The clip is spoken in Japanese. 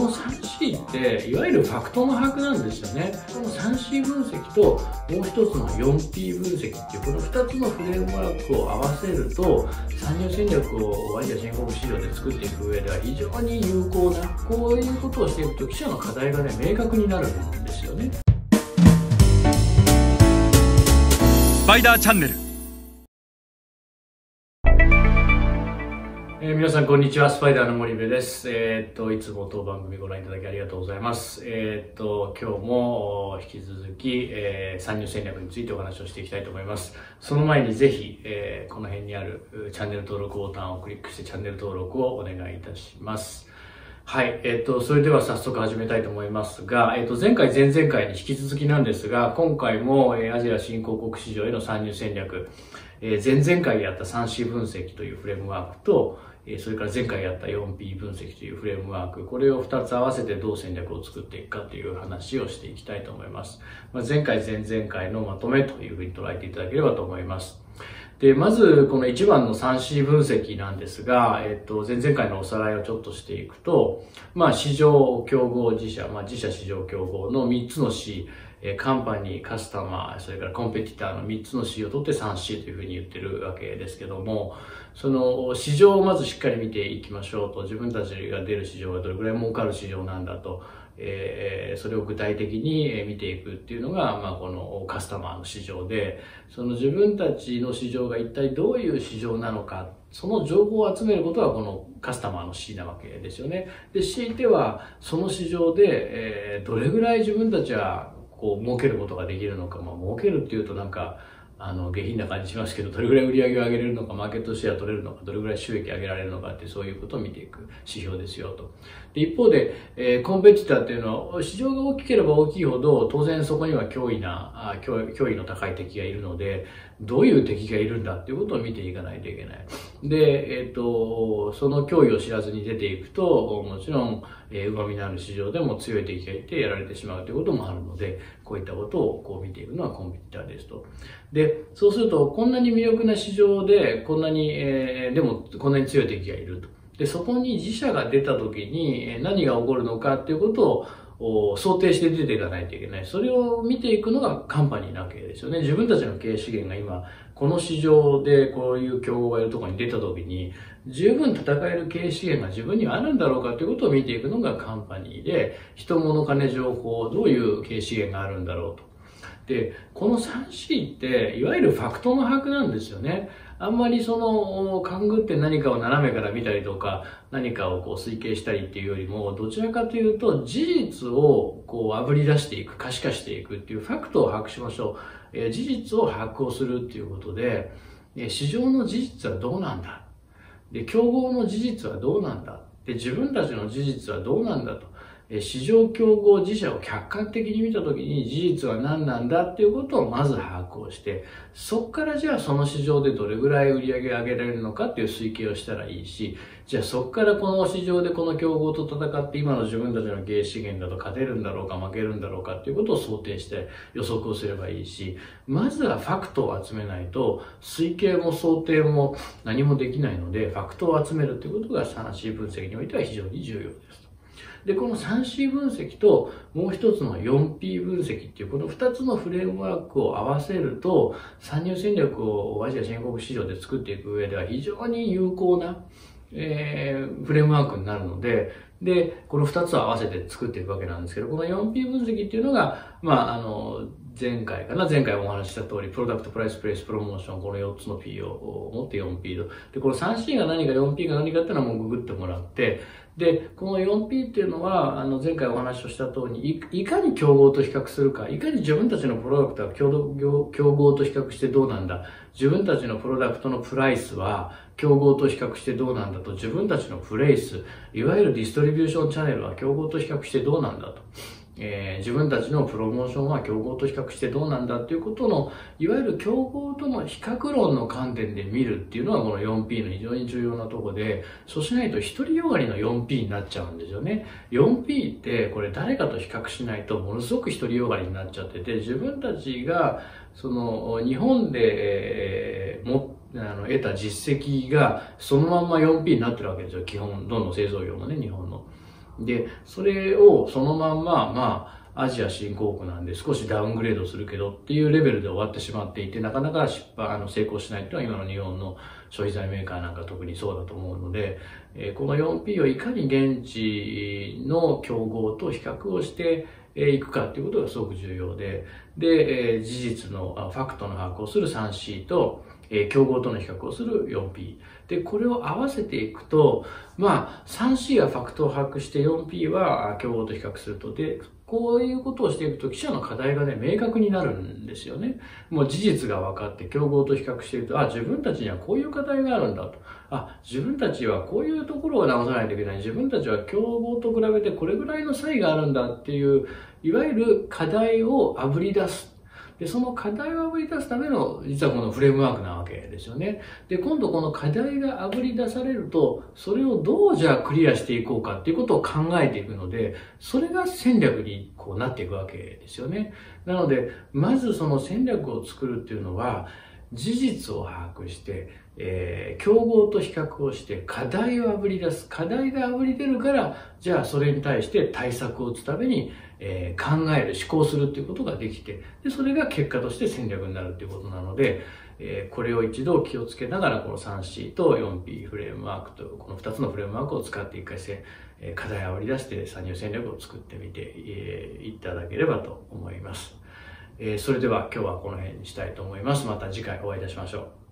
の 3C っていわゆるファクトの把握なんですよね。この 3C 分析ともう一つの 4P 分析っていうこの2つのフレームワークを合わせると参入戦略をアジア新興国市場で作っていく上では非常に有効なこういうことをしていくと記者の課題がね明確になるんですよね。 スパイダーチャンネル。 皆さんこんにちは、スパイダーの森部です。いつも当番組ご覧いただきありがとうございます。今日も引き続き、参入戦略についてお話をしていきたいと思います。その前にぜひ、この辺にあるチャンネル登録ボタンをクリックしてチャンネル登録をお願いいたします。はい。それでは早速始めたいと思いますが、前回、前々回に引き続きなんですが、今回も、アジア新興国市場への参入戦略、前々回やった 3C 分析というフレームワークと、それから前回やった 4P 分析というフレームワーク、これを2つ合わせてどう戦略を作っていくかという話をしていきたいと思います。前回、前々回のまとめというふうに捉えていただければと思います。で、まず、この1番の 3C 分析なんですが、前々回のおさらいをちょっとしていくと、市場、競合、自社、自社、市場、競合の3つの C、カンパニー、カスタマー、それからコンペティターの3つの C を取って 3C というふうに言ってるわけですけども、その市場をまずしっかり見ていきましょうと、自分たちが出る市場がどれくらい儲かる市場なんだと、それを具体的に見ていくっていうのが、このカスタマーの市場で、その自分たちの市場が一体どういう市場なのか、その情報を集めることがこのカスタマーの C なわけですよね。で、強いては、その市場で、どれぐらい自分たちは儲けることができるのか、儲けるっていうとなんか、下品な感じしますけど、どれぐらい売り上げを上げれるのか、マーケットシェア取れるのか、どれぐらい収益上げられるのかって、そういうことを見ていく指標ですよと。で、一方で、コンペティターっていうのは、市場が大きければ大きいほど、当然そこには脅威の高い敵がいるので、どういう敵がいるんだっていうことを見ていかないといけない。で、その脅威を知らずに出ていくと、もちろん、旨味のある市場でも強い敵がいてやられてしまうということもあるので、こういったことを見ていくのはコンペティターですと。で、そうすると、こんなに魅力な市場で、こんなに、でもこんなに強い敵がいると。で、そこに自社が出た時に何が起こるのかっていうことを想定して出ていかないといけない。それを見ていくのがカンパニーなわけですよね。自分たちの経営資源が今、この市場でこういう競合がいるところに出た時に、十分戦える経営資源が自分にはあるんだろうかということを見ていくのがカンパニーで、人物金情報、どういう経営資源があるんだろうと。で、この 3C っていわゆるファクトの把握なんですよね。あんまり勘ぐって何かを斜めから見たりとか、何かを推計したりっていうよりも、どちらかというと事実を炙り出していく、可視化していくっていうファクトを把握しましょう。事実を把握をするっていうことで、市場の事実はどうなんだ。で、競合の事実はどうなんだ。で、自分たちの事実はどうなんだと。市場競合自社を客観的に見たときに事実は何なんだっていうことをまず把握をして、そこからじゃあその市場でどれぐらい売り上げを上げられるのかっていう推計をしたらいいし、じゃあそこからこの市場でこの競合と戦って今の自分たちの経営資源だと勝てるんだろうか負けるんだろうかっていうことを想定して予測をすればいいし、まずはファクトを集めないと推計も想定も何もできないので、ファクトを集めるっていうことが 3C 分析においては非常に重要です。で、この 3C 分析ともう一つの 4P 分析っていうこの2つのフレームワークを合わせると参入戦略をアジア新興国市場で作っていく上では非常に有効な、フレームワークになるので、この2つを合わせて作っていくわけなんですけど、この 4P 分析っていうのが、前回お話しした通り、プロダクト、プライス、プレイス、プロモーション、この4つの P を持って 4P と。で、この 3C が何か 4P が何かっていうのはもうググってもらって、で、この 4P っていうのは、前回お話をした通り、いかに競合と比較するか、いかに自分たちのプロダクトは競合と比較してどうなんだ、自分たちのプロダクトのプライスは競合と比較してどうなんだと、自分たちのプレイス、いわゆるディストリビューションチャンネルは競合と比較してどうなんだと。自分たちのプロモーションは競合と比較してどうなんだっていうことの、いわゆる競合との比較論の観点で見るっていうのはこの 4P の非常に重要なところで、そうしないと独りよがりの 4P になっちゃうんですよね。4P ってこれ誰かと比較しないとものすごく独りよがりになっちゃってて、自分たちが日本で、得た実績がそのまんま 4P になってるわけですよ。基本、どんどん製造業もね、日本の。 で、それをそのまんま、アジア新興国なんで少しダウングレードするけどっていうレベルで終わってしまっていて、なかなか成功しないっていうのは今の日本の消費財メーカーなんか特にそうだと思うので、この 4P をいかに現地の競合と比較をしていくかっていうことがすごく重要で、事実のファクトの把握をする 3C と、競合との比較をする 4P。で、これを合わせていくと、3C はファクトを把握して 4P は競合と比較すると。で、こういうことをしていくと記者の課題がね、明確になるんですよね。もう事実が分かって競合と比較していると、自分たちにはこういう課題があるんだと。自分たちはこういうところを直さないといけない。自分たちは競合と比べてこれぐらいの差異があるんだっていう、いわゆる課題をあぶり出す。で、その課題をあぶり出すための、実はこのフレームワークなわけですよね。で、今度この課題があぶり出されると、それをどうじゃあクリアしていこうかっていうことを考えていくので、それが戦略にこうなっていくわけですよね。なので、まずその戦略を作るっていうのは、事実を把握して、競合と比較をして課題をあぶり出す。課題があぶり出るから、じゃあそれに対して対策を打つために、考える、思考するっていうことができて、で、それが結果として戦略になるっていうことなので、これを一度気をつけながら、この 3C と 4P フレームワークと、この2つのフレームワークを使って一回課題をあぶり出して参入戦略を作ってみていただければと思います。それでは今日はこの辺にしたいと思います。また次回お会いいたしましょう。